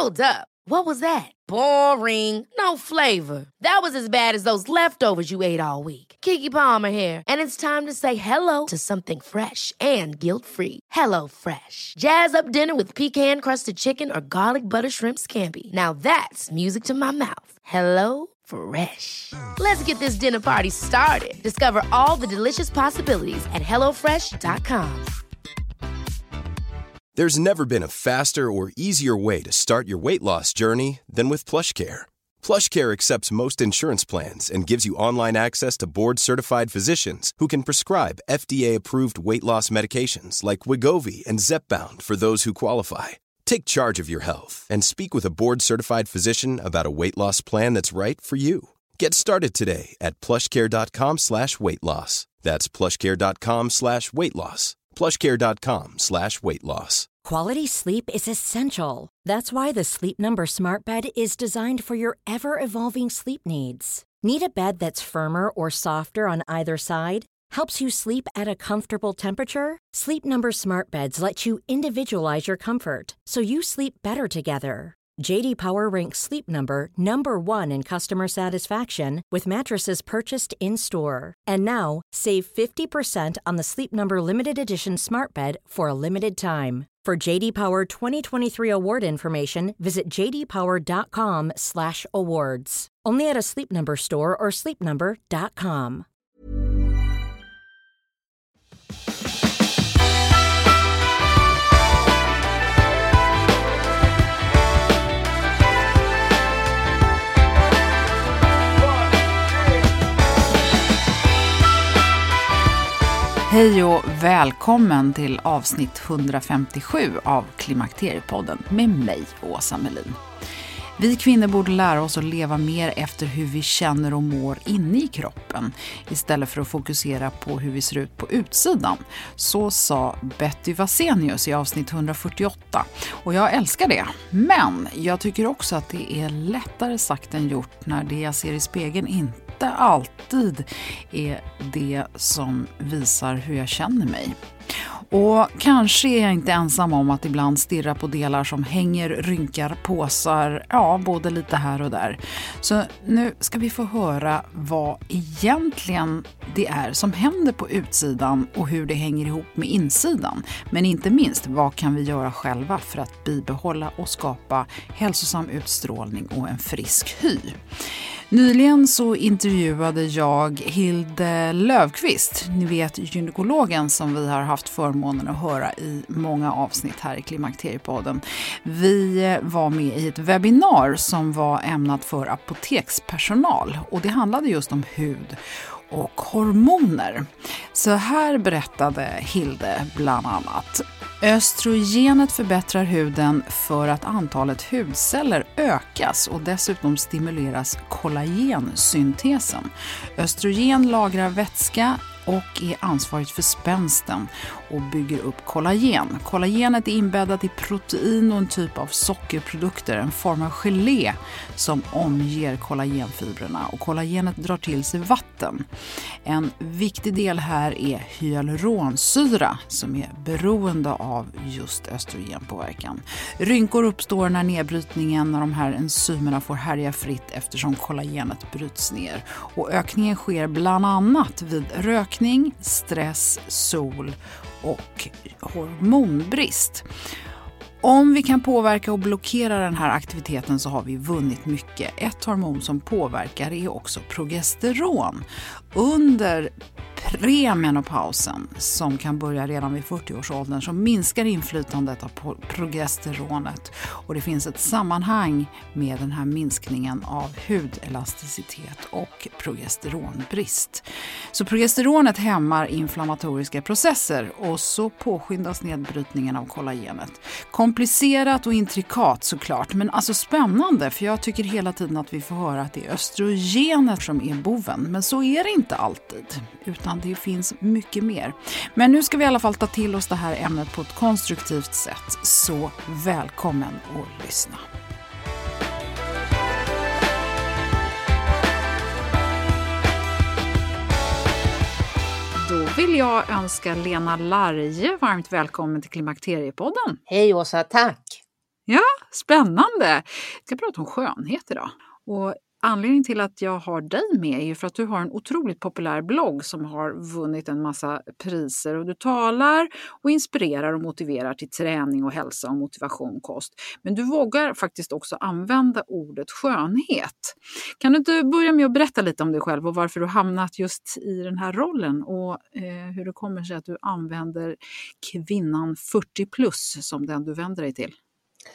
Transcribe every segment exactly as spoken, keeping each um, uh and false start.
Hold up. What was that? Boring. No flavor. That was as bad as those leftovers you ate all week. Keke Palmer here, and it's time to say hello to something fresh and guilt-free. Hello Fresh. Jazz up dinner with pecan-crusted chicken or garlic butter shrimp scampi. Now that's music to my mouth. Hello Fresh. Let's get this dinner party started. Discover all the delicious possibilities at hello fresh dot com. There's never been a faster or easier way to start your weight loss journey than with PlushCare. PlushCare accepts most insurance plans and gives you online access to board-certified physicians who can prescribe F D A-approved weight loss medications like Wegovy and Zepbound for those who qualify. Take charge of your health and speak with a board-certified physician about a weight loss plan that's right for you. Get started today at plushcare.com slash weight loss. That's plushcare.com slash weight loss. plushcare.com slash weight loss. Quality sleep is essential. That's why the Sleep Number Smart Bed is designed for your ever-evolving sleep needs. Need a bed that's firmer or softer on either side? Helps you sleep at a comfortable temperature? Sleep Number Smart Beds let you individualize your comfort, so you sleep better together. J D Power ranks Sleep Number number one in customer satisfaction with mattresses purchased in-store. And now, save fifty percent on the Sleep Number Limited Edition Smart Bed for a limited time. For J D Power twenty twenty-three award information, visit j d power dot com slash awards. Only at a Sleep Number store or sleep number dot com. Hej och välkommen till avsnitt hundrafemtiosju av Klimakteriepodden med mig, Åsa Melin. Vi kvinnor borde lära oss att leva mer efter hur vi känner och mår inne i kroppen istället för att fokusera på hur vi ser ut på utsidan. Så sa Betty Vasenius i avsnitt hundrafyrtioåtta och jag älskar det. Men jag tycker också att det är lättare sagt än gjort när det jag ser i spegeln inte alltid är det som visar hur jag känner mig. Och kanske är jag inte ensam om att ibland stirra på delar som hänger, rynkar, påsar, ja, både lite här och där. Så nu ska vi få höra vad egentligen det är som händer på utsidan och hur det hänger ihop med insidan. Men inte minst, vad kan vi göra själva för att bibehålla och skapa hälsosam utstrålning och en frisk hy? Nyligen så intervjuade jag Hilde Löfqvist, ni vet gynekologen som vi har haft förmånen att höra i många avsnitt här i Klimakteriepodden. Vi var med i ett webbinar som var ämnat för apotekspersonal och det handlade just om hud och hormoner. Så här berättade Hilde bland annat. Östrogenet förbättrar huden för att antalet hudceller ökas och dessutom stimuleras kollagensyntesen. Östrogen lagrar vätska och är ansvarigt för spänsten och bygger upp kollagen. Kollagenet är inbäddat i protein och en typ av sockerprodukter, en form av gelé som omger kollagenfibrerna och kollagenet drar till sig vatten. En viktig del här är hyaluronsyra som är beroende av just östrogenpåverkan. Rynkor uppstår när nedbrytningen, när de här enzymerna får härja fritt eftersom kollagenet bryts ner. Och ökningen sker bland annat vid rökning, stress, sol och hormonbrist. Om vi kan påverka och blockera den här aktiviteten så har vi vunnit mycket. Ett hormon som påverkar är också progesteron. Under premenopausen, som kan börja redan vid fyrtioårsåldern, så minskar inflytandet av progesteronet. Och det finns ett sammanhang med den här minskningen av hudelasticitet och progesteronbrist. Så progesteronet hämmar inflammatoriska processer och så påskyndas nedbrytningen av kollagenet. Komplicerat och intrikat såklart, men alltså spännande, för jag tycker hela tiden att vi får höra att det är östrogenet som är boven. Men så är det inte alltid, utan det finns mycket mer. Men nu ska vi i alla fall ta till oss det här ämnet på ett konstruktivt sätt. Så välkommen att lyssna. Då vill jag önska Lena Large varmt välkommen till Klimakteriepodden. Hej Åsa, tack. Ja, spännande. Vi ska prata om skönhet idag. Och anledningen till att jag har dig med är ju för att du har en otroligt populär blogg som har vunnit en massa priser. Och du talar och inspirerar och motiverar till träning och hälsa och motivation, kost. Men du vågar faktiskt också använda ordet skönhet. Kan du inte börja med att berätta lite om dig själv och varför du hamnat just i den här rollen? Och eh, hur det kommer sig att du använder kvinnan fyrtio plus som den du vänder dig till?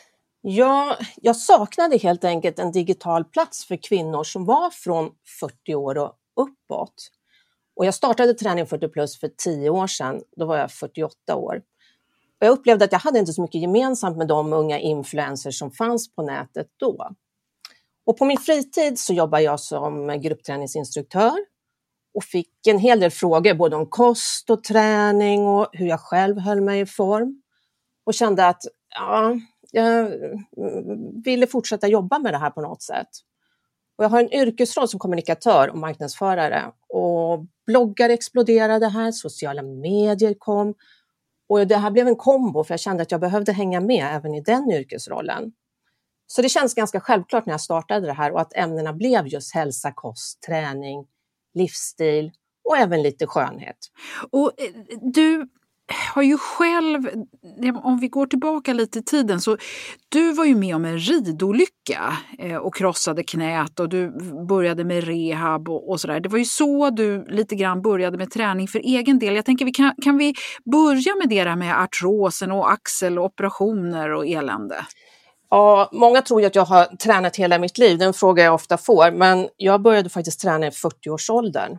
Ja, jag saknade helt enkelt en digital plats för kvinnor som var från fyrtio år och uppåt. Och jag startade Träning fyrtio plus för tio år sedan, då var jag fyrtioåtta år. Och jag upplevde att jag hade inte så mycket gemensamt med de unga influencers som fanns på nätet då. Och på min fritid så jobbar jag som gruppträningsinstruktör och fick en hel del frågor både om kost och träning och hur jag själv höll mig i form. Och kände att ja... jag ville fortsätta jobba med det här på något sätt. Och jag har en yrkesroll som kommunikatör och marknadsförare. Och bloggar exploderade här, sociala medier kom. Och det här blev en kombo för jag kände att jag behövde hänga med även i den yrkesrollen. Så det känns ganska självklart när jag startade det här och att ämnena blev just hälsa, kost, träning, livsstil och även lite skönhet. Och du har ju själv, om vi går tillbaka lite i tiden, så du var ju med om en ridolycka och krossade knät och du började med rehab och, och sådär. Det var ju så du lite grann började med träning för egen del. Jag tänker, vi kan, kan vi börja med det där med artrosen och axeloperationer och elände? Ja, många tror ju att jag har tränat hela mitt liv. Den fråga jag ofta får. Men jag började faktiskt träna i fyrtio-årsåldern.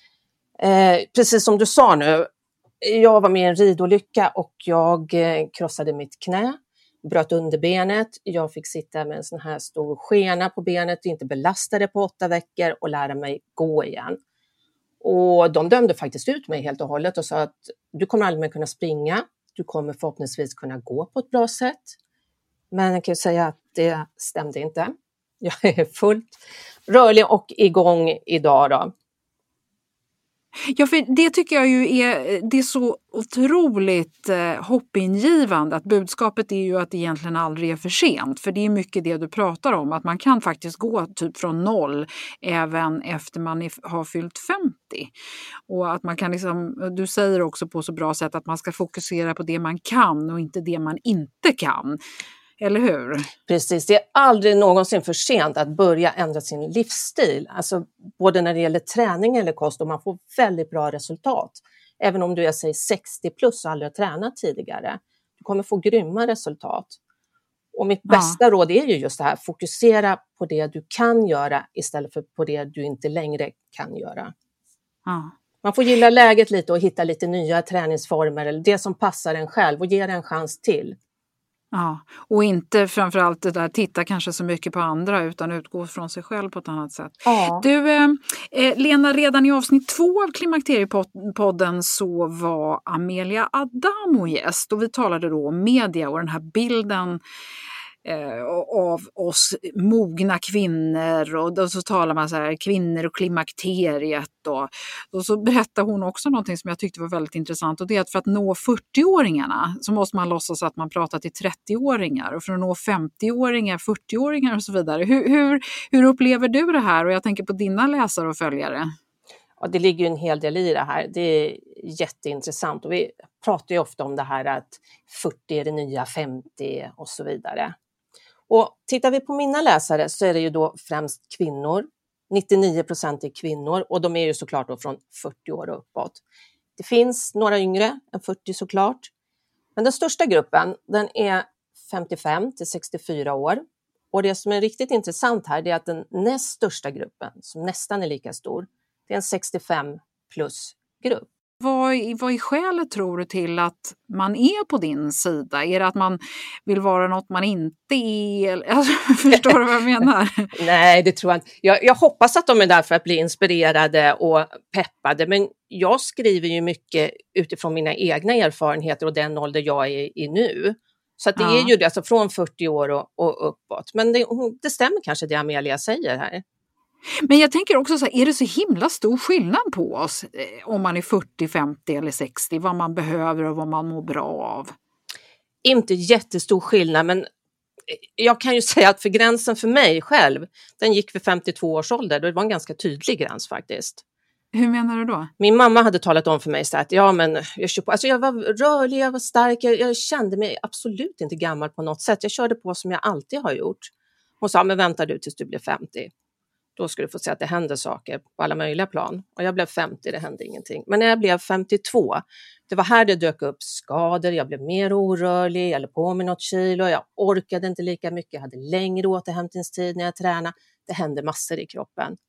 Eh, precis som du sa nu. Jag var med i en ridolycka och jag eh, krossade mitt knä. Bröt underbenet. Jag fick sitta med en sån här stor skena på benet. Inte belasta det på åtta veckor och lära mig gå igen. Och de dömde faktiskt ut mig helt och hållet och sa att du kommer aldrig mer kunna springa. Du kommer förhoppningsvis kunna gå på ett bra sätt. Men jag kan ju säga att det stämde inte. Jag är fullt rörlig och igång idag då. Ja, för det tycker jag ju är, det är så otroligt eh, hoppingivande att budskapet är ju att det egentligen aldrig är för sent. För det är mycket det du pratar om, att man kan faktiskt gå typ från noll även efter man är, har fyllt femtio. Och att man kan liksom, du säger också på så bra sätt att man ska fokusera på det man kan och inte det man inte kan. Eller hur? Precis, det är aldrig någonsin för sent att börja ändra sin livsstil. Alltså både när det gäller träning eller kost, och man får väldigt bra resultat. Även om du är säg, sextio plus och aldrig har tränat tidigare. Du kommer få grymma resultat. Och mitt Ja. bästa råd är ju just det här. Fokusera på det du kan göra istället för på det du inte längre kan göra. Ja. Man får gilla läget lite och hitta lite nya träningsformer eller det som passar en själv och ge det en chans till. Ja, och inte framförallt det där titta kanske så mycket på andra utan utgå från sig själv på ett annat sätt. Ja. Du, eh, Lena, redan i avsnitt två av Klimakteriepodden så var Amelia Adamo gäst och vi talade då om media och den här bilden eh, av oss mogna kvinnor och då så talar man så här kvinnor och klimakteriet och, och så berättar hon också någonting som jag tyckte var väldigt intressant och det är att för att nå fyrtio-åringarna så måste man låtsas att man pratar till trettio-åringar och för att nå femtio-åringar, fyrtio-åringar och så vidare. Hur, hur, hur upplever du det här? Och jag tänker på dina läsare och följare. Ja, det ligger ju en hel del i det här. Det är jätteintressant och vi pratar ju ofta om det här att fyrtio är det nya femtio och så vidare. Och tittar vi på mina läsare så är det ju då främst kvinnor. nittionio procent är kvinnor och de är ju såklart då från fyrtio år och uppåt. Det finns några yngre än fyrtio såklart. Men den största gruppen den är femtiofem till sextiofyra år. Och det som är riktigt intressant här är att den näst största gruppen som nästan är lika stor det är en sextiofem plus grupp. Vad, vad är skälet tror du till att man är på din sida? Är det att man vill vara något man inte är? Alltså, förstår du vad jag menar? Nej, det tror jag inte. Jag, jag hoppas att de är där för att bli inspirerade och peppade. Men jag skriver ju mycket utifrån mina egna erfarenheter och den ålder jag är i nu. Så att det ja. är ju det, alltså från fyrtio år och, och uppåt. Men det, det stämmer kanske det Amelia säger här. Men jag tänker också så här, är det så himla stor skillnad på oss eh, om man är fyrtio, femtio eller sextio, vad man behöver och vad man mår bra av? Inte jättestor skillnad, men jag kan ju säga att för gränsen för mig själv, den gick vid femtiotvå års ålder. Det var en ganska tydlig gräns faktiskt. Hur menar du då? Min mamma hade talat om för mig så att ja, men jag, kör på. Alltså jag var rörlig, jag var stark, jag, jag kände mig absolut inte gammal på något sätt. Jag körde på som jag alltid har gjort. Hon sa, men vänta du tills du blir femtio. Då ska du få se att det händer saker på alla möjliga plan. Och jag blev femtio, det hände ingenting. Men när jag blev femtiotvå, det var här det dök upp skador. Jag blev mer orörlig, jag lade på mig något kilo. Jag orkade inte lika mycket, jag hade längre återhämtningstid när jag tränade. Det hände massor i kroppen.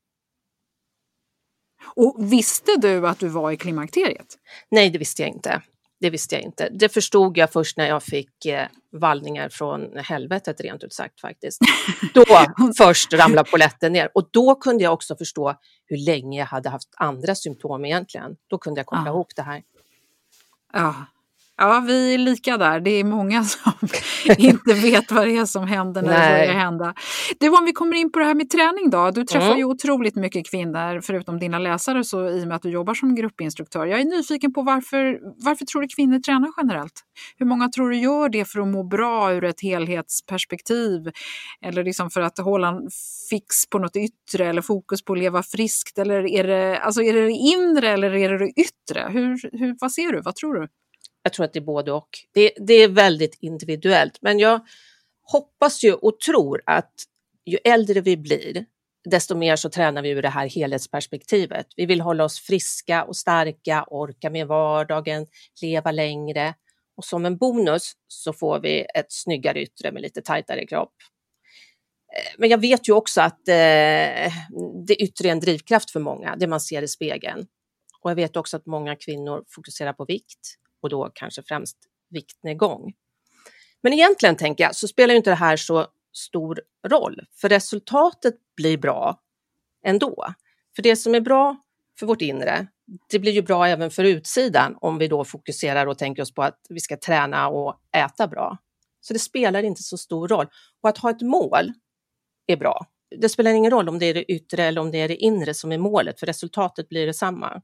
Och visste du att du var i klimakteriet? Nej, det visste jag inte. Det visste jag inte. Det förstod jag först när jag fick eh, vallningar från helvetet, rent ut sagt faktiskt. Då först ramlade polletten ner. Och då kunde jag också förstå hur länge jag hade haft andra symptom egentligen. Då kunde jag koppla Ja. ihop det här. Ja. Ja, vi är lika där. Det är många som inte vet vad det är som händer när Nej. det börjar hända. Du, om vi kommer in på det här med träning då. Du träffar Mm. ju otroligt mycket kvinnor, förutom dina läsare, så i och med att du jobbar som gruppinstruktör. Jag är nyfiken på varför, varför tror du kvinnor tränar generellt? Hur många tror du gör det för att må bra ur ett helhetsperspektiv? Eller liksom för att hålla en fix på något yttre, eller fokus på att leva friskt? Eller är det, alltså är det det inre eller är det det yttre? Hur, hur, vad ser du? Vad tror du? Jag tror att det är både och. Det, det är väldigt individuellt. Men jag hoppas ju och tror att ju äldre vi blir, desto mer så tränar vi ur det här helhetsperspektivet. Vi vill hålla oss friska och starka, orka med vardagen, leva längre. Och som en bonus så får vi ett snyggare yttre med lite tajtare kropp. Men jag vet ju också att eh, det yttre är en drivkraft för många, det man ser i spegeln. Och jag vet också att många kvinnor fokuserar på vikt. Och då kanske främst viktnedgång. Men egentligen tänker jag så spelar ju inte det här så stor roll. För resultatet blir bra ändå. För det som är bra för vårt inre, det blir ju bra även för utsidan. Om vi då fokuserar och tänker oss på att vi ska träna och äta bra. Så det spelar inte så stor roll. Och att ha ett mål är bra. Det spelar ingen roll om det är det yttre eller om det är det inre som är målet. För resultatet blir detsamma.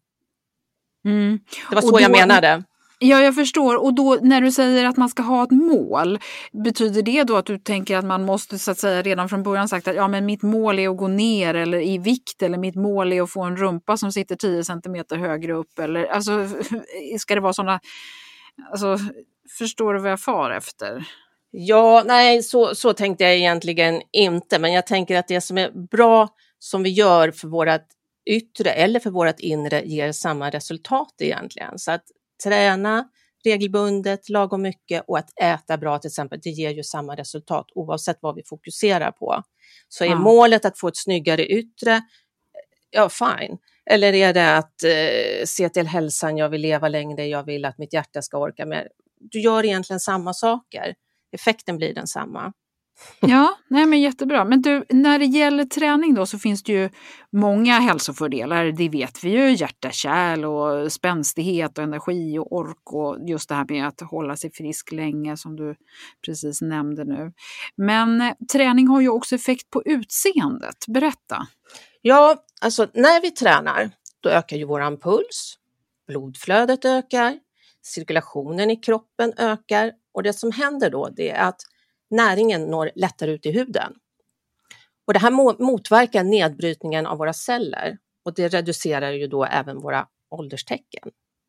Mm. Det var så Och då, jag menade. Ja, jag förstår. Och då när du säger att man ska ha ett mål, betyder det då att du tänker att man måste så att säga redan från början sagt att ja, men mitt mål är att gå ner eller i vikt, eller mitt mål är att få en rumpa som sitter tio centimeter högre upp, eller alltså ska det vara sådana, alltså förstår du vad jag far efter? Ja, nej, så, så tänkte jag egentligen inte. Men jag tänker att det som är bra som vi gör för vårt yttre eller för vårt inre ger samma resultat egentligen. Så att träna regelbundet, lagom mycket och att äta bra till exempel, det ger ju samma resultat oavsett vad vi fokuserar på. Så är Ja. målet att få ett snyggare yttre, ja fine. Eller är det att eh, se till hälsan, jag vill leva längre, jag vill att mitt hjärta ska orka mer. Du gör egentligen samma saker. Effekten blir densamma. Ja, nej men jättebra. Men du, när det gäller träning då så finns det ju många hälsofördelar. Det vet vi ju, hjärta-kärl och spänstighet och energi och ork och just det här med att hålla sig frisk länge som du precis nämnde nu. Men eh, träning har ju också effekt på utseendet. Berätta. Ja, alltså när vi tränar då ökar ju våran puls, blodflödet ökar, cirkulationen i kroppen ökar och det som händer då det är att näringen når lättare ut i huden. Och det här motverkar nedbrytningen av våra celler och det reducerar ju då även våra ålderstecken.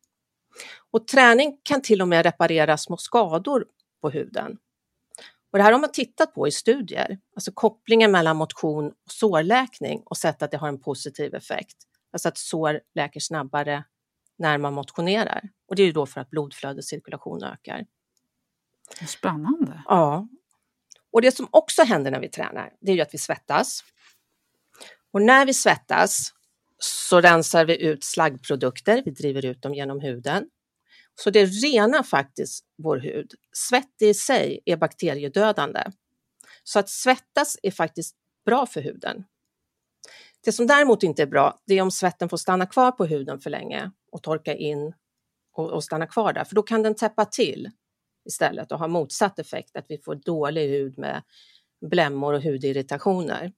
Och träning kan till och med reparera små skador på huden. Och det här har man tittat på i studier, alltså kopplingen mellan motion och sårläkning och sett att det har en positiv effekt. Alltså att sår läker snabbare när man motionerar. Och det är ju då för att blodflödescirkulation ökar. Spännande. Ja. Och det som också händer när vi tränar, det är ju att vi svettas. Och när vi svettas så rensar vi ut slaggprodukter, vi driver ut dem genom huden. Så det renar faktiskt vår hud. Svett i sig är bakteriedödande. Så att svettas är faktiskt bra för huden. Det som däremot inte är bra, det är om svetten får stanna kvar på huden för länge och torka in och, och stanna kvar där. För då kan den täppa till istället och ha motsatt effekt, att vi får dålig hud med blämmor och hudirritationer.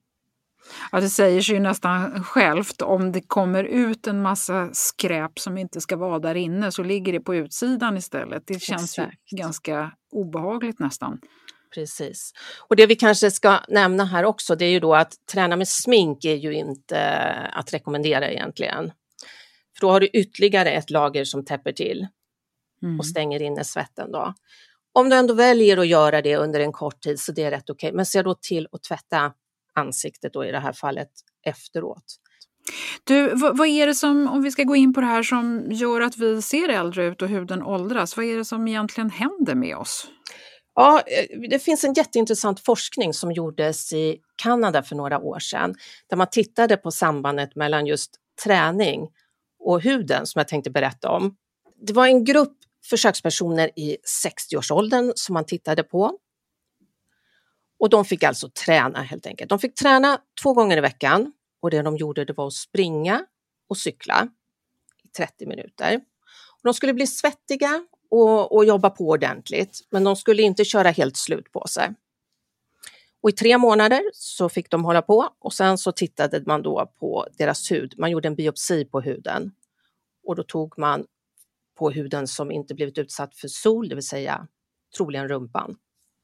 Ja, det säger sig ju nästan självt. Om det kommer ut en massa skräp som inte ska vara där inne så ligger det på utsidan istället. Det känns Exakt. ju ganska obehagligt nästan. Precis. Och det vi kanske ska nämna här också, det är ju då att träna med smink är ju inte att rekommendera egentligen. För då har du ytterligare ett lager som täpper till mm. och stänger inne svetten då. Om du ändå väljer att göra det under en kort tid så det är rätt okej. Okay. Men se då till att tvätta ansiktet då i det här fallet efteråt. Du, vad, vad är det som, om vi ska gå in på det här som gör att vi ser äldre ut och huden åldras, vad är det som egentligen händer med oss? Ja, det finns en jätteintressant forskning som gjordes i Kanada för några år sedan där man tittade på sambandet mellan just träning och huden som jag tänkte berätta om. Det var en grupp försökspersoner i sextio-årsåldern som man tittade på. Och de fick alltså träna helt enkelt. De fick träna två gånger i veckan och det de gjorde det var att springa och cykla i trettio minuter. Och de skulle bli svettiga och, och jobba på ordentligt, men de skulle inte köra helt slut på sig. Och i tre månader så fick de hålla på och sen så tittade man då på deras hud. Man gjorde en biopsi på huden och då tog man på huden som inte blivit utsatt för sol, det vill säga troligen rumpan.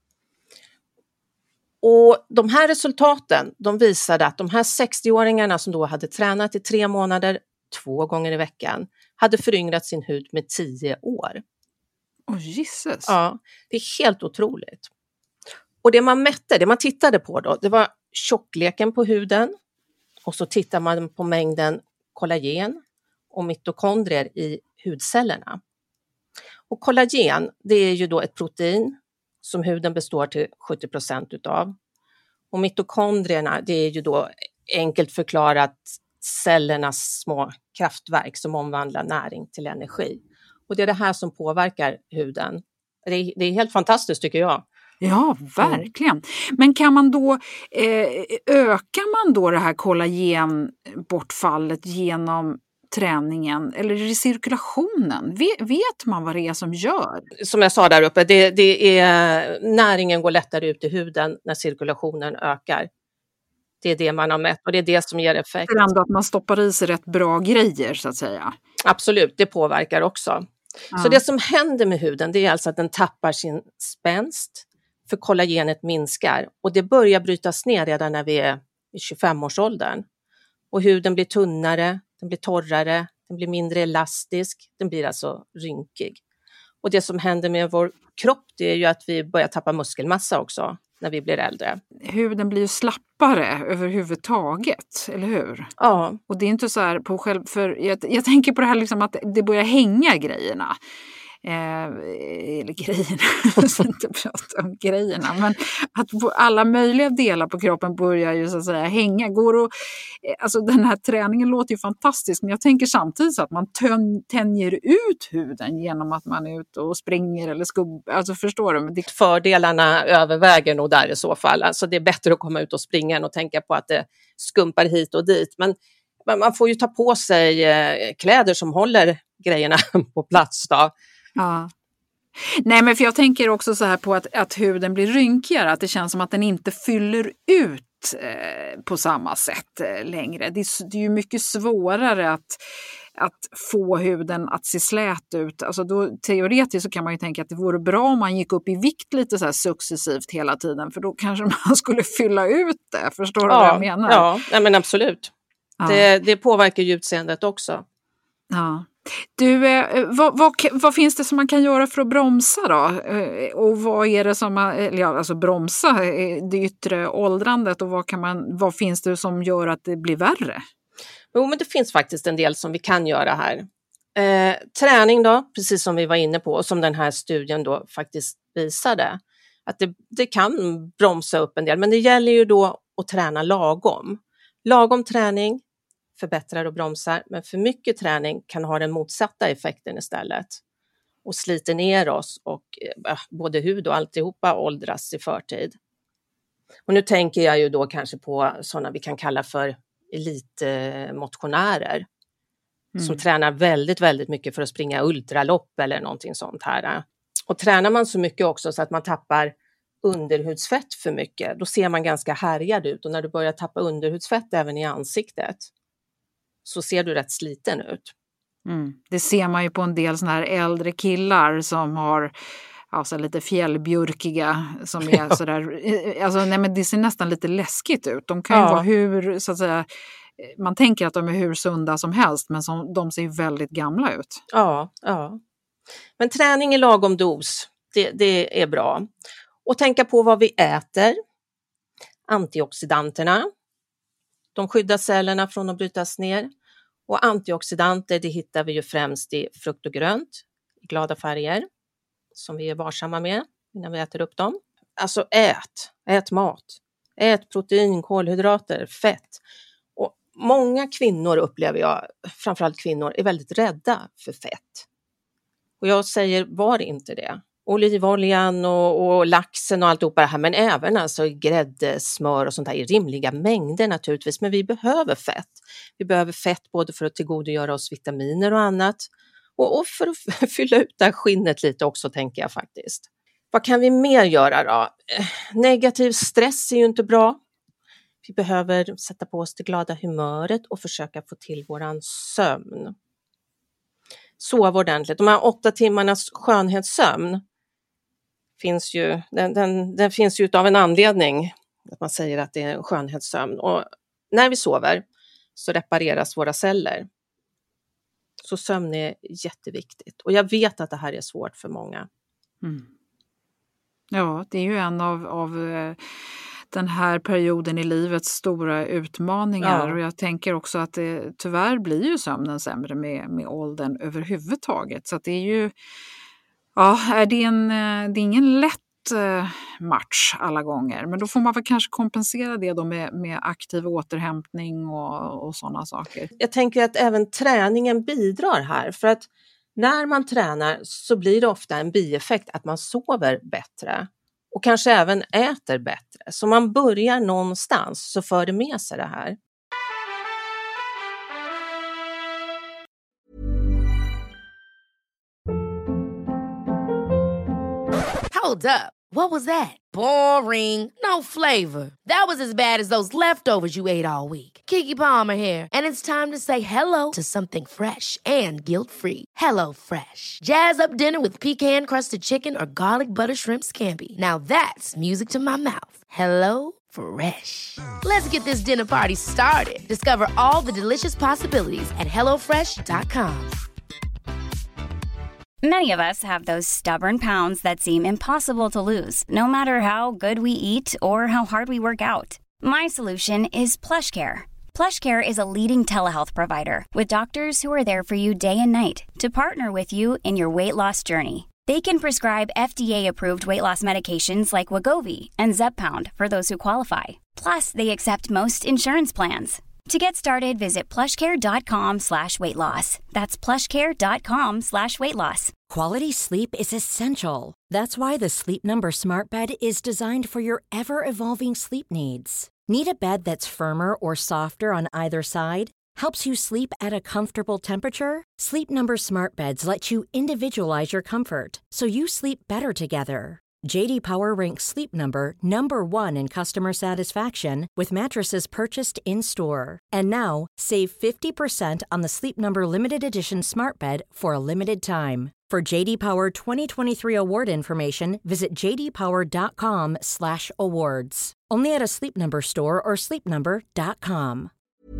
Och de här resultaten, de visade att de här sextio-åringarna som då hade tränat i tre månader, två gånger i veckan, hade föryngrat sin hud med tio år. Åh, oh, Jesus! Ja, det är helt otroligt. Och det man mätte, det man tittade på då, det var tjockleken på huden och så tittar man på mängden kollagen och mitokondrier i hudcellerna. Och kollagen, det är ju då ett protein som huden består till sjuttio procent utav. Och mitokondrierna, det är ju då enkelt förklarat cellernas små kraftverk som omvandlar näring till energi. Och det är det här som påverkar huden. Det är, det är helt fantastiskt tycker jag. Ja, verkligen. Mm. Men kan man då, eh, ökar man då det här kollagenbortfallet genom träningen eller är det cirkulationen? Vet, vet man vad det är som gör? Som jag sa där uppe, det, det är, näringen går lättare ut i huden när cirkulationen ökar. Det är det man har mätt och det är det som ger effekt. Det är ändå att man stoppar i sig rätt bra grejer så att säga. Absolut, det påverkar också. Ja. Så det som händer med huden det är alltså att den tappar sin spänst för kollagenet minskar och det börjar brytas ner redan när vi är i tjugofem-årsåldern. Och huden blir tunnare, den blir torrare, den blir mindre elastisk, den blir alltså rynkig. Och det som händer med vår kropp det är ju att vi börjar tappa muskelmassa också när vi blir äldre. Huden blir ju slappare överhuvudtaget, eller hur? Ja. Och det är inte så här på själv, för jag, jag tänker på det här liksom att det börjar hänga grejerna. Eh, eller grejerna, jag ska inte prata om grejerna, men att på alla möjliga delar på kroppen börjar ju så att säga hänga. Går och, eh, alltså den här träningen låter ju fantastisk, men jag tänker samtidigt så att man tön, tänjer ut huden genom att man är ute och springer eller skubbar, alltså förstår du? Det... Fördelarna överväger nog där i så fall, alltså det är bättre att komma ut och springa än att tänka på att det skumpar hit och dit, men man får ju ta på sig eh, kläder som håller grejerna på plats då. Ja. Nej, men för jag tänker också så här på att, att huden blir rynkigare, att det känns som att den inte fyller ut eh, på samma sätt eh, längre. Det är, det är ju mycket svårare att, att få huden att se slät ut. Alltså då, teoretiskt så kan man ju tänka att det vore bra om man gick upp i vikt lite så här successivt hela tiden, för då kanske man skulle fylla ut det. Förstår du ja, vad jag menar? Ja, nej, men absolut. Ja. Det, det påverkar ju utseendet också. Ja. Du, eh, vad, vad, vad finns det som man kan göra för att bromsa då? Eh, och vad är det som man, eller ja, alltså bromsa eh, det yttre åldrandet och vad, kan man, vad finns det som gör att det blir värre? Jo, men det finns faktiskt en del som vi kan göra här. Eh, träning då, precis som vi var inne på och som den här studien då faktiskt visade. Att det, det kan bromsa upp en del, men det gäller ju då att träna lagom. Lagom träning förbättrar och bromsar, men för mycket träning kan ha den motsatta effekten istället och sliter ner oss och äh, både hud och alltihopa åldras i förtid. Och nu tänker jag ju då kanske på sådana vi kan kalla för elitmotionärer mm. som tränar väldigt, väldigt mycket för att springa ultralopp eller någonting sånt här. Och tränar man så mycket också så att man tappar underhudsfett för mycket, då ser man ganska härjad ut och när du börjar tappa underhudsfett även i ansiktet så ser du rätt sliten ut. Mm. Det ser man ju på en del såna här äldre killar som har alltså lite fjällbjörkiga som är ja. sådär, alltså nej men det ser nästan lite läskigt ut. De kan ju ja. vara hur, så att säga, man tänker att de är hur sunda som helst, men som, de ser väldigt gamla ut. Ja, ja. Men träning i lagom dos, det, det är bra. Och tänka på vad vi äter. Antioxidanterna. De skyddar cellerna från att brytas ner. Och antioxidanter, det hittar vi ju främst i frukt och grönt, i glada färger, som vi är varsamma med innan vi äter upp dem. Alltså ät, ät mat. Ät protein, kolhydrater, fett. Och många kvinnor upplever jag, framförallt kvinnor, är väldigt rädda för fett. Och jag säger, var inte det. Olivoljan och, och laxen och alltihopa det här, men även alltså grädde, smör och sånt där i rimliga mängder naturligtvis. Men vi behöver fett. Vi behöver fett både för att tillgodogöra oss vitaminer och annat. Och, och för att fylla ut det här skinnet lite också, tänker jag faktiskt. Vad kan vi mer göra då? Negativ stress är ju inte bra. Vi behöver sätta på oss det glada humöret och försöka få till våran sömn. Sova ordentligt. De här åtta timmarnas skönhetssömn finns ju, den, den, den finns ju utav en anledning att man säger att det är en skönhetssömn. Och när vi sover så repareras våra celler. Så sömn är jätteviktigt. Och jag vet att det här är svårt för många. Mm. Ja, det är ju en av, av den här perioden i livets stora utmaningar. Ja. Och jag tänker också att det, tyvärr blir ju sömnen sämre med, med åldern överhuvudtaget. Så att det är ju, ja, det är, en, det är ingen lätt match alla gånger. Men då får man väl kanske kompensera det då med, med aktiv återhämtning och, och sådana saker. Jag tänker att även träningen bidrar här. För att när man tränar så blir det ofta en bieffekt att man sover bättre. Och kanske även äter bättre. Så man börjar någonstans så för det med sig det här. Hold up. What was that? Boring. No flavor. That was as bad as those leftovers you ate all week. Keke Palmer here. And it's time to say hello to something fresh and guilt-free. Hello Fresh. Jazz up dinner with pecan-crusted chicken or garlic butter shrimp scampi. Now that's music to my mouth. Hello Fresh. Let's get this dinner party started. Discover all the delicious possibilities at hello fresh dot com. Many of us have those stubborn pounds that seem impossible to lose, no matter how good we eat or how hard we work out. My solution is PlushCare. PlushCare is a leading telehealth provider with doctors who are there for you day and night to partner with you in your weight loss journey. They can prescribe F D A-approved weight loss medications like Wegovy and Zepbound for those who qualify. Plus, they accept most insurance plans. To get started, visit plushcare.com slash weight loss. That's plushcare.com slash weight loss. Quality sleep is essential. That's why the Sleep Number Smart Bed is designed for your ever-evolving sleep needs. Need a bed that's firmer or softer on either side? Helps you sleep at a comfortable temperature? Sleep Number Smart Beds let you individualize your comfort, so you sleep better together. J D Power ranks Sleep Number number one in customer satisfaction with mattresses purchased in-store. And now, save fifty percent on the Sleep Number Limited Edition Smart Bed for a limited time. For J D Power twenty twenty-three award information, visit j d power dot com slash awards. Only at a Sleep Number store or sleep number dot com.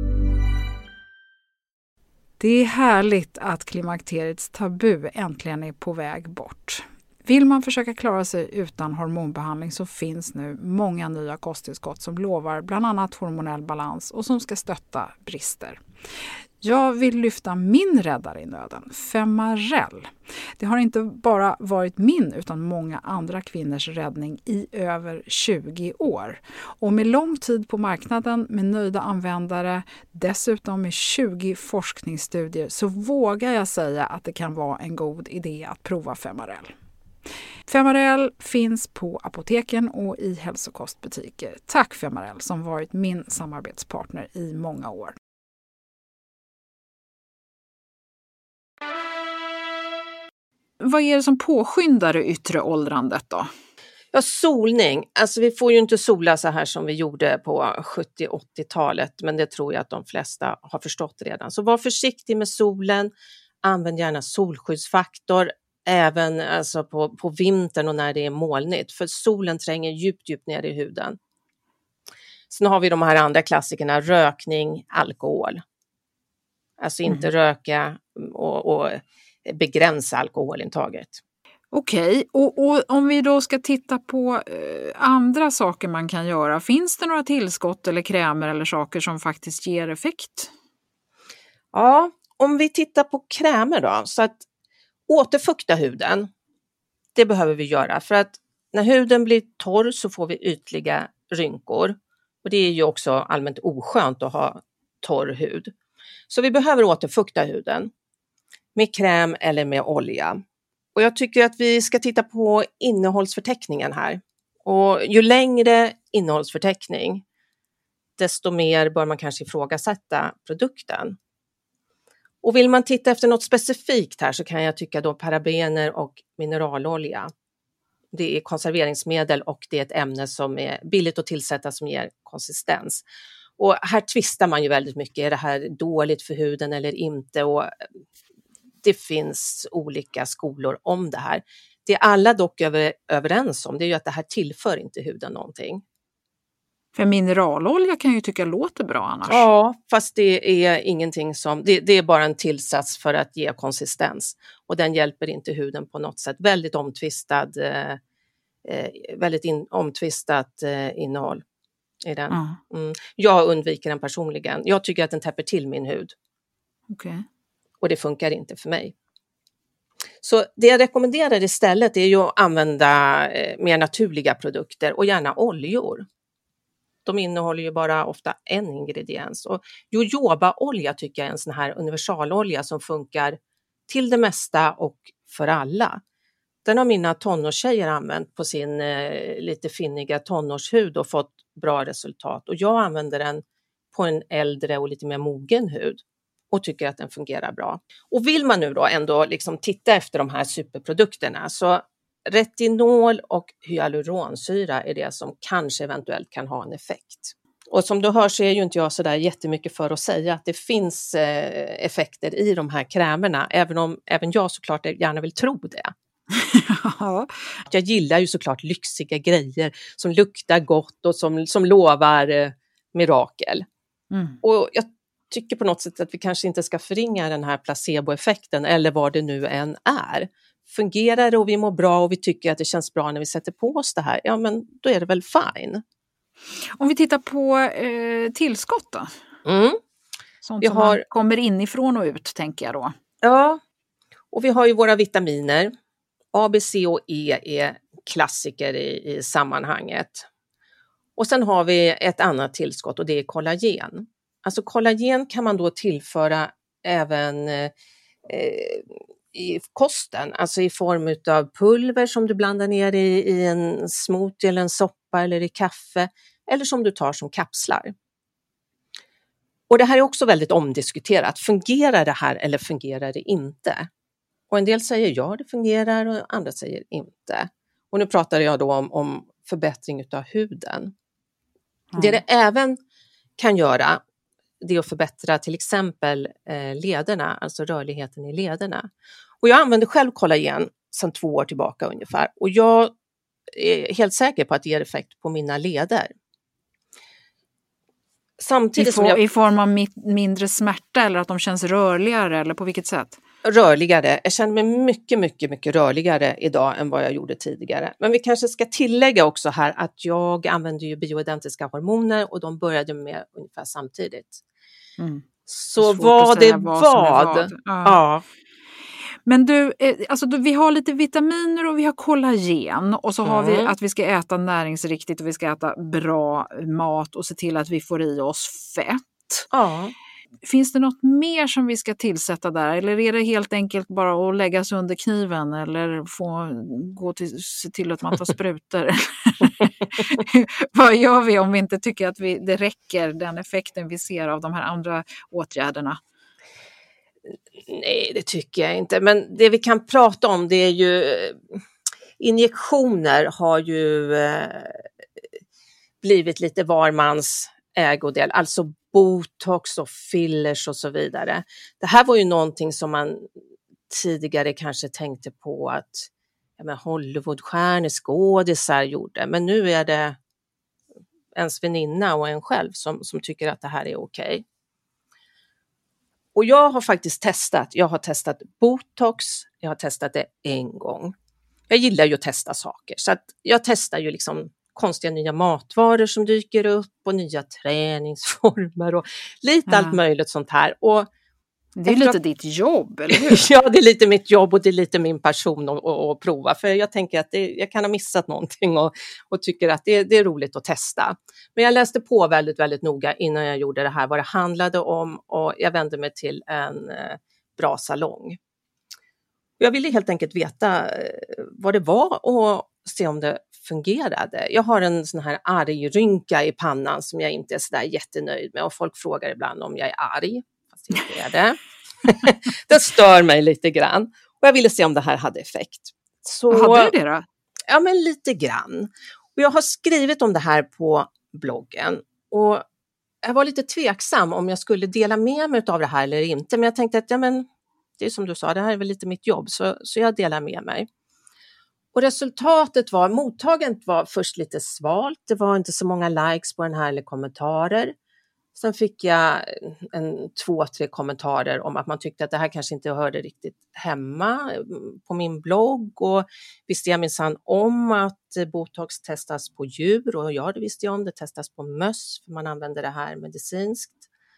Det är härligt att klimakteriets tabu äntligen är på väg bort. Vill man försöka klara sig utan hormonbehandling så finns nu många nya kosttillskott som lovar bland annat hormonell balans och som ska stötta brister. Jag vill lyfta min räddare i nöden, Femarel. Det har inte bara varit min utan många andra kvinnors räddning i över tjugo år. Och med lång tid på marknaden, med nöjda användare, dessutom med tjugo forskningsstudier så vågar jag säga att det kan vara en god idé att prova Femarel. Femarel finns på apoteken och i hälsokostbutiker. Tack Femarel som varit min samarbetspartner i många år. Vad är det som påskyndar det yttre åldrandet då? Ja, solning. Alltså vi får ju inte sola så här som vi gjorde på sjuttio-åttiotalet, men det tror jag att de flesta har förstått redan. Så var försiktig med solen, använd gärna solskyddsfaktor. även alltså på, på vintern och när det är molnigt, för solen tränger djupt, djupt ner i huden. Sen har vi de här andra klassikerna, rökning, alkohol. Alltså inte mm. röka och, och begränsa alkoholintaget. Okej, och, och om vi då ska titta på eh, andra saker man kan göra, finns det några tillskott eller krämer eller saker som faktiskt ger effekt? Ja, om vi tittar på krämer då, så att återfukta huden, det behöver vi göra för att när huden blir torr så får vi ytliga rynkor och det är ju också allmänt oskönt att ha torr hud. Så vi behöver återfukta huden med kräm eller med olja. Och jag tycker att vi ska titta på innehållsförteckningen här. Och ju längre innehållsförteckning, desto mer bör man kanske ifrågasätta produkten. Och vill man titta efter något specifikt här så kan jag tycka då parabener och mineralolja. Det är konserveringsmedel och det är ett ämne som är billigt att tillsätta som ger konsistens. Och här tvistar man ju väldigt mycket, är det här dåligt för huden eller inte? Och det finns olika skolor om det här. Det alla dock över, överens om, det är ju att det här tillför inte huden någonting. För mineralolja kan ju tycka låter bra annars. Ja, fast det är ingenting som, det, det är bara en tillsats för att ge konsistens. Och den hjälper inte huden på något sätt. Väldigt omtvistad, eh, väldigt in, omtvistat eh, innehåll i den. Mm. Mm. Jag undviker den personligen. Jag tycker att den täpper till min hud. Okej. Okay. Och det funkar inte för mig. Så det jag rekommenderar istället är ju att använda eh, mer naturliga produkter och gärna oljor. De innehåller ju bara ofta en ingrediens. Och jojobaolja tycker jag är en sån här universalolja som funkar till det mesta och för alla. Den har mina tonårstjejer använt på sin eh, lite finniga tonårshud och fått bra resultat. Och jag använder den på en äldre och lite mer mogen hud och tycker att den fungerar bra. Och vill man nu då ändå liksom titta efter de här superprodukterna, så retinol och hyaluronsyra är det som kanske eventuellt kan ha en effekt. Och som du hör så är ju inte jag så där jättemycket för att säga att det finns eh, effekter i de här krämerna, även om även jag såklart gärna vill tro det. Jag gillar ju såklart lyxiga grejer som luktar gott och som, som lovar eh, mirakel. Mm. Och jag tycker på något sätt att vi kanske inte ska förringa den här placeboeffekten eller vad det nu än är. Fungerar det och vi mår bra och vi tycker att det känns bra när vi sätter på oss det här, ja men då är det väl fine. Om vi tittar på eh, tillskott då? Mm. Sånt vi som har... man kommer inifrån och ut tänker jag då. Ja, och vi har ju våra vitaminer. A, B, C och E är klassiker i, i sammanhanget. Och sen har vi ett annat tillskott och det är kollagen. Alltså kollagen kan man då tillföra även eh, i kosten, alltså i form av pulver som du blandar ner i, i en smoothie eller en soppa eller i kaffe eller som du tar som kapslar. Och det här är också väldigt omdiskuterat. Fungerar det här eller fungerar det inte? Och en del säger ja, det fungerar och andra säger inte. Och nu pratar jag då om, om förbättring av huden. Mm. Det det även kan göra, det är att förbättra till exempel eh, lederna, alltså rörligheten i lederna. Och jag använder själv kollagen sedan två år tillbaka ungefär. Och jag är helt säker på att det ger effekt på mina leder. Samtidigt I, for, som jag, I form av mi- mindre smärta eller att de känns rörligare eller på vilket sätt? Rörligare. Jag känner mig mycket, mycket, mycket rörligare idag än vad jag gjorde tidigare. Men vi kanske ska tillägga också här att jag använder ju bioidentiska hormoner och de började med ungefär samtidigt. Mm. Så vad det vad? vad. Ja. Ja. Men du, alltså vi har lite vitaminer och vi har kollagen och så har mm. vi att vi ska äta näringsriktigt och vi ska äta bra mat och se till att vi får i oss fett. Ja. Finns det något mer som vi ska tillsätta där eller är det helt enkelt bara att lägga sig under kniven eller få gå till, se till att man tar sprutor? Vad gör vi om vi inte tycker att vi, det räcker den effekten vi ser av de här andra åtgärderna? Nej, det tycker jag inte. Men det vi kan prata om det är ju injektioner har ju eh, blivit lite varmans ägodel. Alltså botox och fillers och så vidare. Det här var ju någonting som man tidigare kanske tänkte på att ja, men Hollywoodstjärnor, skådisar gjorde. Men nu är det ens väninna och en själv som, som tycker att det här är okej. Och jag har faktiskt testat. Jag har testat botox. Jag har testat det en gång. Jag gillar ju att testa saker. Så att jag testar ju liksom konstiga nya matvaror som dyker upp och nya träningsformer och lite ja. allt möjligt sånt här. Och det är lite att, ditt jobb, eller hur? Ja, det är lite mitt jobb och det är lite min passion att, att, att prova. För jag tänker att det, jag kan ha missat någonting och, och tycker att det, det är roligt att testa. Men jag läste på väldigt, väldigt noga innan jag gjorde det här vad det handlade om och jag vände mig till en eh, bra salong. Jag ville helt enkelt veta eh, vad det var och se om det fungerade. Jag har en sån här arg rynka i pannan som jag inte är så där jättenöjd med och folk frågar ibland om jag är arg. Fast inte är det. Det stör mig lite grann. Och jag ville se om det här hade effekt. Så, hade det då? Ja, men lite grann. Och jag har skrivit om det här på bloggen. Och jag var lite tveksam om jag skulle dela med mig av det här eller inte. Men jag tänkte att ja, men, det är som du sa, det här är väl lite mitt jobb. Så, så jag delar med mig. Och resultatet var, mottagandet var först lite svalt. Det var inte så många likes på den här eller kommentarer. Sen fick jag en, två, tre kommentarer om att man tyckte att det här kanske inte hörde riktigt hemma på min blogg. Och visste jag minsann om att botox testas på djur och ja, det visste jag om. Det testas på möss för man använder det här medicinskt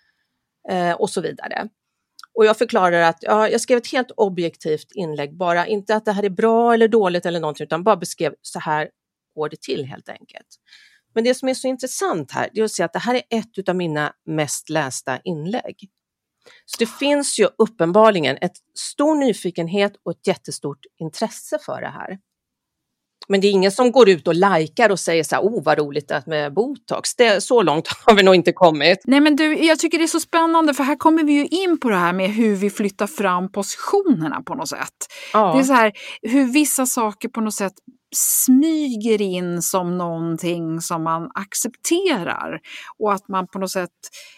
eh, och så vidare. Och jag förklarar att ja, jag skrev ett helt objektivt inlägg, bara inte att det här är bra eller dåligt eller någonting, utan bara beskrev så här går det till helt enkelt. Men det som är så intressant här, det är att se att det här är ett av mina mest lästa inlägg. Så det finns ju uppenbarligen ett stor nyfikenhet och ett jättestort intresse för det här. Men det är ingen som går ut och likar och säger så här, oh vad roligt att med botox. Det, så långt har vi nog inte kommit. Nej men du, jag tycker det är så spännande för här kommer vi ju in på det här med hur vi flyttar fram positionerna på något sätt. Ja. Det är så här, hur vissa saker på något sätt smyger in som någonting som man accepterar. Och att man på något sätt...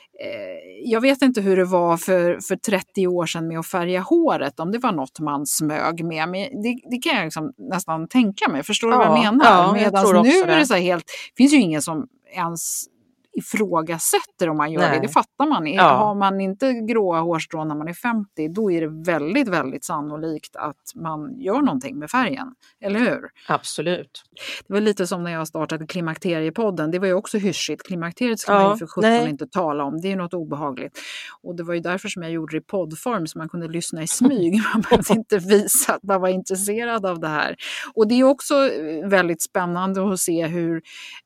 Jag vet inte hur det var för, för trettio år sedan med att färga håret, om det var något man smög med, men det, det kan jag liksom nästan tänka mig. Förstår du ja, vad jag menar? Ja, Medan jag nu är det så här helt, finns ju ingen som ens ifrågasätter om man gör Nej. det. Det fattar man. Ja. Har man inte gråa hårstrån när man är femtio, då är det väldigt, väldigt sannolikt att man gör någonting med färgen. Eller hur? Absolut. Det var lite som när jag startade Klimakteriepodden. Det var ju också hyschigt. Klimakteriet ska ja, man ju för sjutton inte tala om. Det är ju något obehagligt. Och det var ju därför som jag gjorde det i poddform, så man kunde lyssna i smyg. Man behövde inte visa att man var intresserad av det här. Och det är också väldigt spännande att se hur,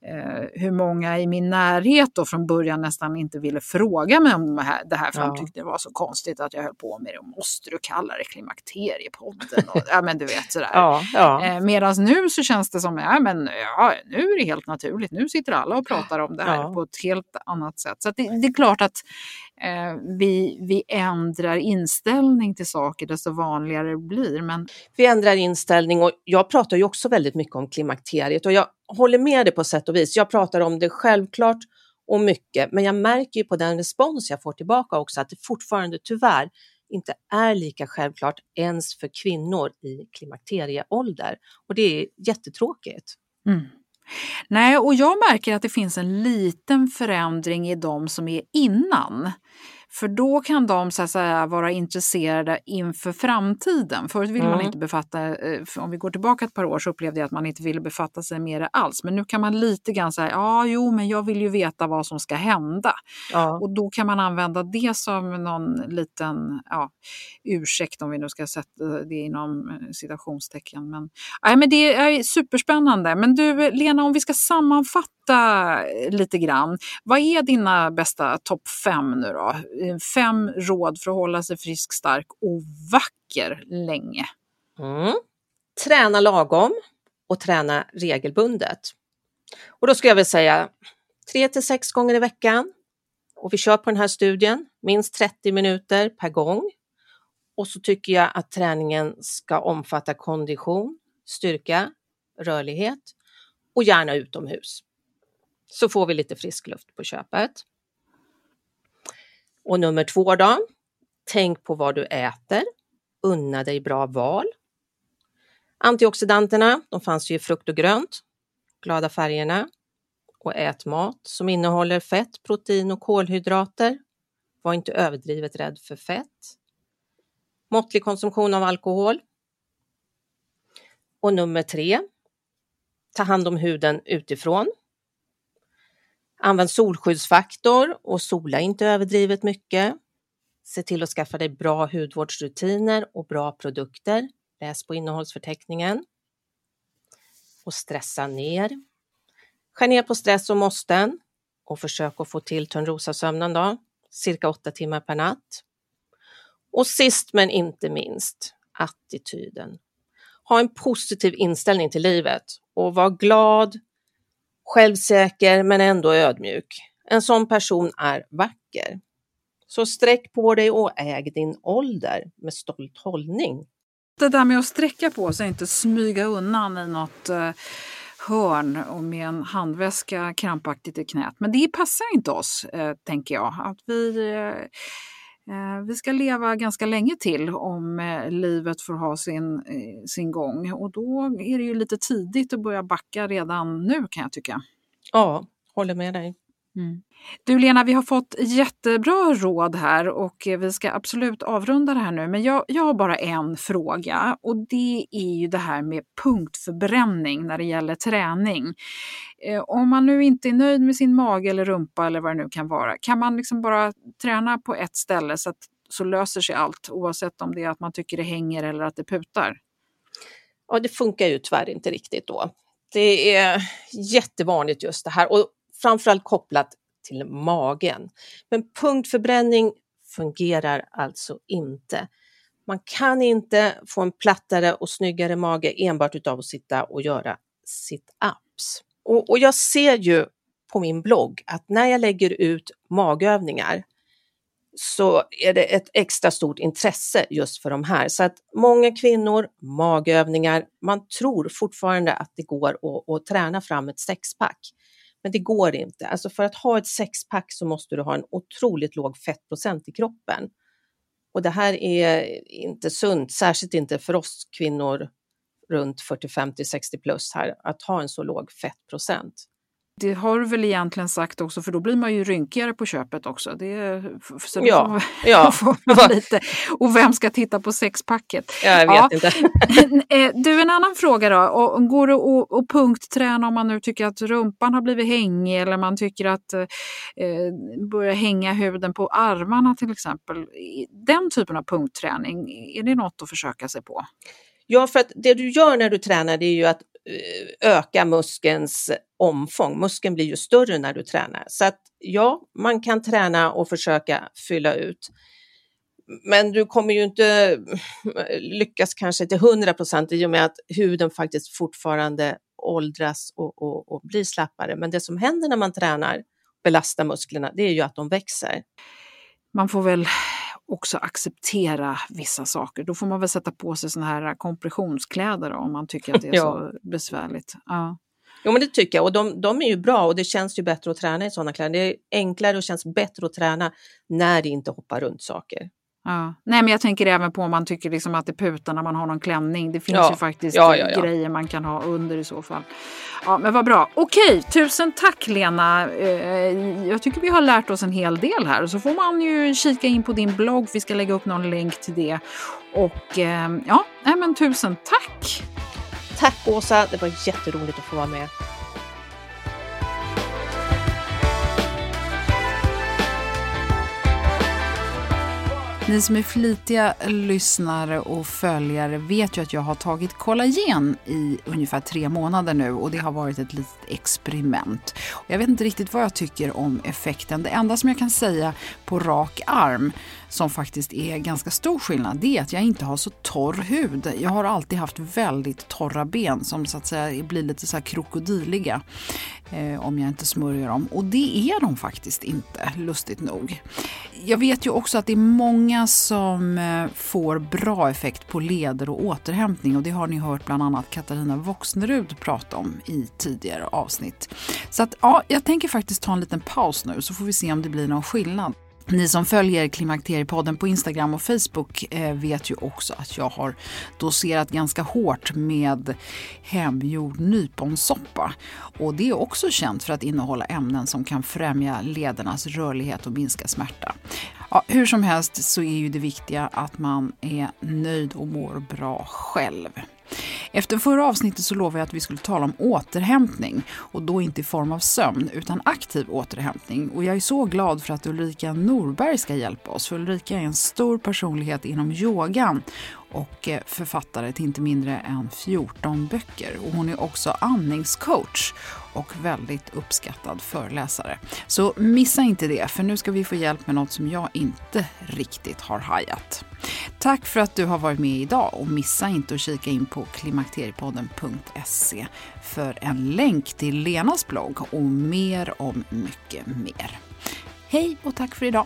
eh, hur många i min närhet då från början nästan inte ville fråga mig om det här, det här för ja. de tyckte det var så konstigt att jag höll på med det. Och måste du kalla det Klimakteriepodden? Och, ja men du vet sådär. Ja, ja. Eh, Medan nu så känns det som, ja men ja, nu är det helt naturligt. Nu sitter alla och pratar om det här ja. på ett helt annat sätt. Så att det, det är klart att eh, vi, vi ändrar inställning till saker desto vanligare det blir. Men... Vi ändrar inställning och jag pratar ju också väldigt mycket om klimakteriet och jag håller med dig på sätt och vis. Jag pratar om det självklart och mycket, men jag märker ju på den respons jag får tillbaka också att det fortfarande tyvärr inte är lika självklart ens för kvinnor i klimakterieålder. Och det är jättetråkigt. Mm. Nej, och jag märker att det finns en liten förändring i de som är innan. För då kan de så att säga vara intresserade inför framtiden. Förut vill mm. man inte befatta, om vi går tillbaka ett par år så upplevde jag att man inte ville befatta sig med det alls. Men nu kan man lite grann säga, ja jo men jag vill ju veta vad som ska hända. Ja. Och då kan man använda det som någon liten ja, ursäkt, om vi nu ska sätta det inom citationstecken. Men, nej, men det är superspännande. Men du Lena, om vi ska sammanfatta lite grann. Vad är dina bästa topp fem nu då? Fem råd för att hålla sig frisk, stark och vacker länge. Mm. Träna lagom och träna regelbundet. Och då ska jag väl säga tre till sex gånger i veckan. Och vi kör på den här studien minst trettio minuter per gång. Och så tycker jag att träningen ska omfatta kondition, styrka, rörlighet och gärna utomhus. Så får vi lite frisk luft på köpet. Och nummer två då, tänk på vad du äter. unna dig bra val. Antioxidanterna, de fanns ju i frukt och grönt, glada färgerna. Och ät mat som innehåller fett, protein och kolhydrater. Var inte överdrivet rädd för fett. Måttlig konsumtion av alkohol. Och nummer tre. Ta hand om huden utifrån. Använd solskyddsfaktor och sola inte överdrivet mycket. Se till att skaffa dig bra hudvårdsrutiner och bra produkter. Läs på innehållsförteckningen. Och stressa ner. Skär ner på stress och måsten. Och försök att få till Törnrosasömnen då. Cirka åtta timmar per natt. Och sist men inte minst, attityden. Ha en positiv inställning till livet. Och var glad, självsäker men ändå ödmjuk. En sån person är vacker. Så sträck på dig och äg din ålder med stolt hållning. Det där med att sträcka på sig, inte smyga undan i något eh, hörn och med en handväska krampaktigt i knät. Men det passar inte oss, eh, tänker jag. Att vi, eh, vi ska leva ganska länge till om eh, livet får ha sin, eh, sin gång. Och då är det ju lite tidigt att börja backa redan nu, kan jag tycka. Ja, håller med dig. Mm. Du Lena, vi har fått jättebra råd här och vi ska absolut avrunda det här nu. Men jag, jag har bara en fråga och det är ju det här med punktförbränning när det gäller träning. Eh, om man nu inte är nöjd med sin mage eller rumpa eller vad det nu kan vara, kan man liksom bara träna på ett ställe så att så löser sig allt, oavsett om det är att man tycker det hänger eller att det putar? Ja, det funkar ju tyvärr inte riktigt då. Det är jättevanligt just det här och framförallt kopplat till magen. Men punktförbränning fungerar alltså inte. Man kan inte få en plattare och snyggare mage enbart utav att sitta och göra sit-ups. Och, och jag ser ju på min blogg att när jag lägger ut magövningar så är det ett extra stort intresse just för de här. Så att många kvinnor, magövningar, man tror fortfarande att det går att, att träna fram ett sexpack. Men det går inte. Alltså för att ha ett sexpack så måste du ha en otroligt låg fettprocent i kroppen. Och det här är inte sunt, särskilt inte för oss kvinnor runt fyrtiofem till sextio plus här, att ha en så låg fettprocent. Det har du väl egentligen sagt också, för då blir man ju rynkigare på köpet också. Det, så det ja, får, ja. får lite. Och vem ska titta på sexpacket? Jag vet ja. inte. Du, en annan fråga då. Och, går det att, att punktträna om man nu tycker att rumpan har blivit hängig eller man tycker att eh, börja hänga huden på armarna till exempel. Den typen av punktträning, är det något att försöka sig på? Ja, för att det du gör när du tränar det är ju att öka muskelns omfång. Muskeln blir ju större när du tränar. Så att ja, man kan träna och försöka fylla ut. Men du kommer ju inte lyckas kanske till hundra procent i och med att huden faktiskt fortfarande åldras och, och, och blir slappare. Men det som händer när man tränar, belastar musklerna, det är ju att de växer. Man får väl också acceptera vissa saker. Då får man väl sätta på sig såna här kompressionskläder då, om man tycker att det är ja. så besvärligt. Ja. Jo, men det tycker jag. Och de, de är ju bra och det känns ju bättre att träna i sådana kläder. Det är enklare och känns bättre att träna när det inte hoppar runt saker. Ja. Nej, men jag tänker även på om man tycker liksom att det putar när man har någon klänning. Det finns ja. ju faktiskt ja, ja, ja. grejer man kan ha under i så fall. Ja, men vad bra. Okej, tusen tack Lena. Jag tycker vi har lärt oss en hel del här. Så får man ju kika in på din blogg. Vi ska lägga upp någon länk till det. Och ja, nej, men tusen tack. Tack Åsa, det var jätteroligt att få vara med. Ni som är flitiga lyssnare och följare vet ju att jag har tagit kollagen i ungefär tre månader nu och det har varit ett litet experiment. Jag vet inte riktigt vad jag tycker om effekten. Det enda som jag kan säga på rak arm som faktiskt är ganska stor skillnad, det är att jag inte har så torr hud. Jag har alltid haft väldigt torra ben som så att säga blir lite så här krokodiliga eh, om jag inte smörjer dem. Och det är de faktiskt inte, lustigt nog. Jag vet ju också att det är många som eh, får bra effekt på leder och återhämtning och det har ni hört bland annat Katarina Voxnerud prata om i tidigare avsnitt. Så att ja, jag tänker faktiskt ta en liten paus nu så får vi se om det blir någon skillnad. Ni som följer Klimakteriepodden på Instagram och Facebook eh, vet ju också att jag har doserat ganska hårt med hemgjord nyponsoppa. Och det är också känt för att innehålla ämnen som kan främja ledernas rörlighet och minska smärta. Ja, hur som helst så är ju det viktiga att man är nöjd och mår bra själv. Efter förra avsnittet så lovade jag att vi skulle tala om återhämtning, och då inte i form av sömn utan aktiv återhämtning. Och jag är så glad för att Ulrika Norberg ska hjälpa oss, för Ulrika är en stor personlighet inom yogan och författare till inte mindre än fjorton böcker. Och hon är också andningscoach och väldigt uppskattad föreläsare. Så missa inte det, för nu ska vi få hjälp med något som jag inte riktigt har hajat. Tack för att du har varit med idag, och missa inte att kika in på klimakteriepodden punkt se för en länk till Lenas blogg och mer om mycket mer. Hej och tack för idag!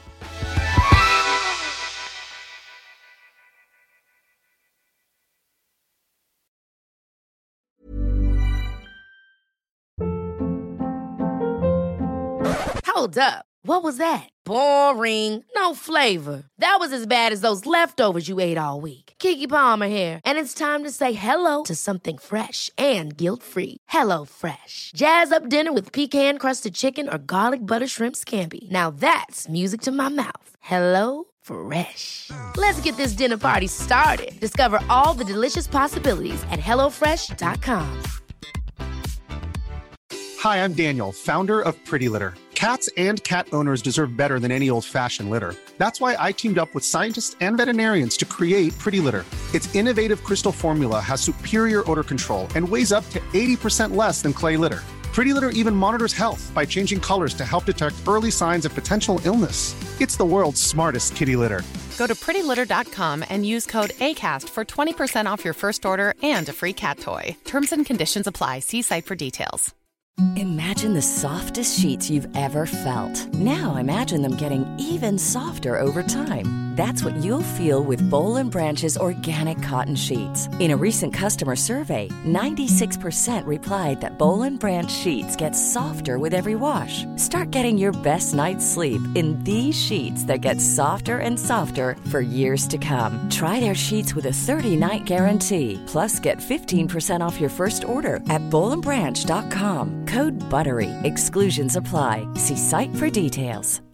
Hold up. What was that? Boring. No flavor. That was as bad as those leftovers you ate all week. Keke Palmer here, and it's time to say hello to something fresh and guilt-free. Hello Fresh. Jazz up dinner with pecan-crusted chicken or garlic butter shrimp scampi. Now that's music to my mouth. Hello Fresh. Let's get this dinner party started. Discover all the delicious possibilities at hello fresh dot com. Hi, I'm Daniel, founder of Pretty Litter. Cats and cat owners deserve better than any old-fashioned litter. That's why I teamed up with scientists and veterinarians to create Pretty Litter. Its innovative crystal formula has superior odor control and weighs up to eighty percent less than clay litter. Pretty Litter even monitors health by changing colors to help detect early signs of potential illness. It's the world's smartest kitty litter. Go to pretty litter dot com and use code ACAST for twenty percent off your first order and a free cat toy. Terms and conditions apply. See site for details. Imagine the softest sheets you've ever felt. Now imagine them getting even softer over time. That's what you'll feel with Boll and Branch's organic cotton sheets. In a recent customer survey, ninety-six percent replied that Boll and Branch sheets get softer with every wash. Start getting your best night's sleep in these sheets that get softer and softer for years to come. Try their sheets with a thirty-night guarantee. Plus, get fifteen percent off your first order at boll and branch dot com. Code BUTTERY. Exclusions apply. See site for details.